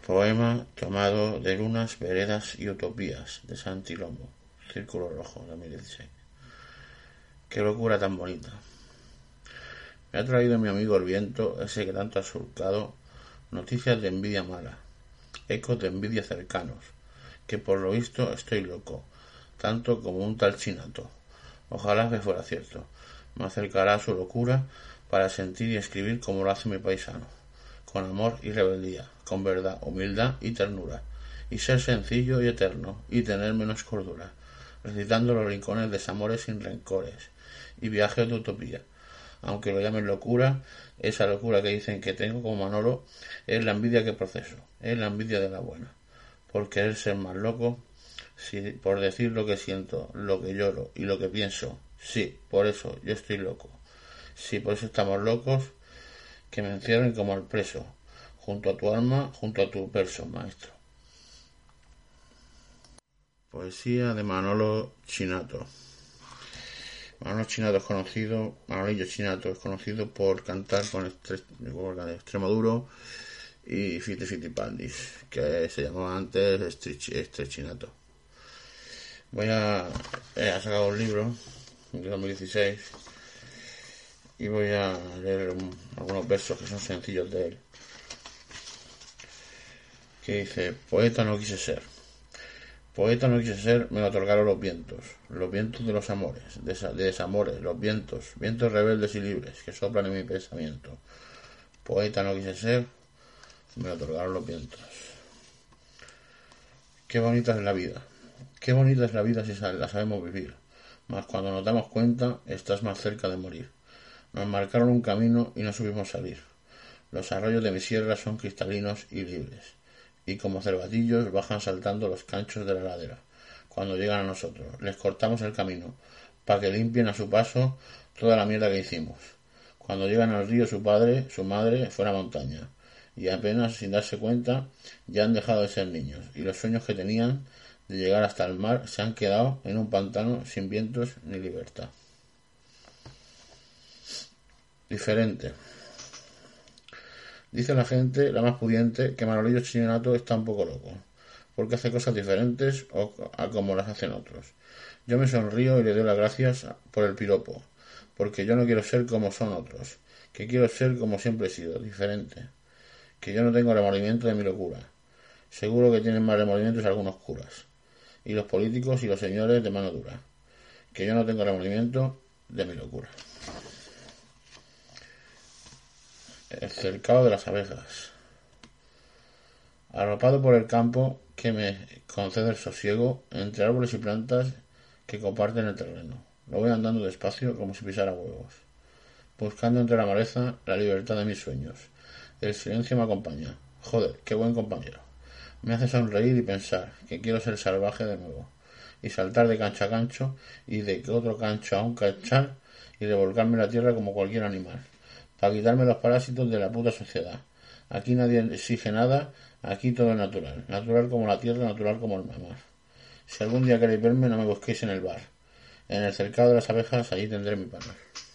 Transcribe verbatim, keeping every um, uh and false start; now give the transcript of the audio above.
Poema tomado de Lunas, Veredas y Utopías, de Santi Lomo, Círculo Rojo, dos mil dieciséis. Qué locura tan bonita. Me ha traído mi amigo el viento, ese que tanto ha surcado, noticias de envidia mala, ecos de envidia cercanos, que por lo visto estoy loco, tanto como un tal Chinato. Ojalá que fuera cierto. Me acercará a su locura para sentir y escribir como lo hace mi paisano, con amor y rebeldía, con verdad, humildad y ternura, y ser sencillo y eterno, y tener menos cordura, recitando los rincones de desamores sin rencores, y viajes de utopía. Aunque lo llamen locura, esa locura que dicen que tengo como Manolo, es la envidia que proceso, es la envidia de la buena, por querer ser más loco, sí, por decir lo que siento, lo que lloro y lo que pienso. Sí, por eso yo estoy loco. Sí, por eso estamos locos, que me encierren como al preso, junto a tu alma, junto a tu verso, maestro. Poesía de Manolo Chinato. Manolo Chinato es conocido, Manolillo Chinato es conocido por cantar con Extremoduro y Fiti Fiti Pandis, que se llamaba antes Estrechinato. Voy a, eh, a sacar un libro de dos mil dieciséis y voy a leer un, algunos versos que son sencillos de él, que dice: poeta no quise ser, poeta no quise ser, me lo otorgaron los vientos, los vientos de los amores, de, de desamores, los vientos, vientos rebeldes y libres que soplan en mi pensamiento. Poeta no quise ser, me lo otorgaron los vientos. Qué bonita es la vida, qué bonita es la vida si la sabemos vivir, mas cuando nos damos cuenta estás más cerca de morir. Nos marcaron un camino y no supimos salir. Los arroyos de mi sierra son cristalinos y libres, y como cervatillos bajan saltando los canchos de la ladera. Cuando llegan a nosotros, les cortamos el camino, para que limpien a su paso toda la mierda que hicimos. Cuando llegan al río, su padre, su madre, fue a la montaña, y apenas sin darse cuenta, ya han dejado de ser niños, y los sueños que tenían de llegar hasta el mar se han quedado en un pantano sin vientos ni libertad. Diferente. Dice la gente, la más pudiente, que Manolillo Chinato está un poco loco, porque hace cosas diferentes a como las hacen otros. Yo me sonrío y le doy las gracias por el piropo, porque yo no quiero ser como son otros, que quiero ser como siempre he sido, diferente, que yo no tengo remordimiento de mi locura. Seguro que tienen más remordimientos algunos curas, y los políticos y los señores de mano dura, que yo no tengo remordimiento de mi locura. El cercado de las abejas. Arropado por el campo que me concede el sosiego, entre árboles y plantas que comparten el terreno. Lo voy andando despacio como si pisara huevos, buscando entre la maleza la libertad de mis sueños. El silencio me acompaña. Joder, qué buen compañero. Me hace sonreír y pensar que quiero ser salvaje de nuevo, y saltar de cancha a cancho, y de otro cancho a un cachar, y revolcarme la tierra como cualquier animal, para quitarme los parásitos de la puta sociedad. Aquí nadie exige nada, aquí todo es natural, natural como la tierra, natural como el mar. Si algún día queréis verme, no me busquéis en el bar. En el cercado de las abejas, allí tendré mi panal.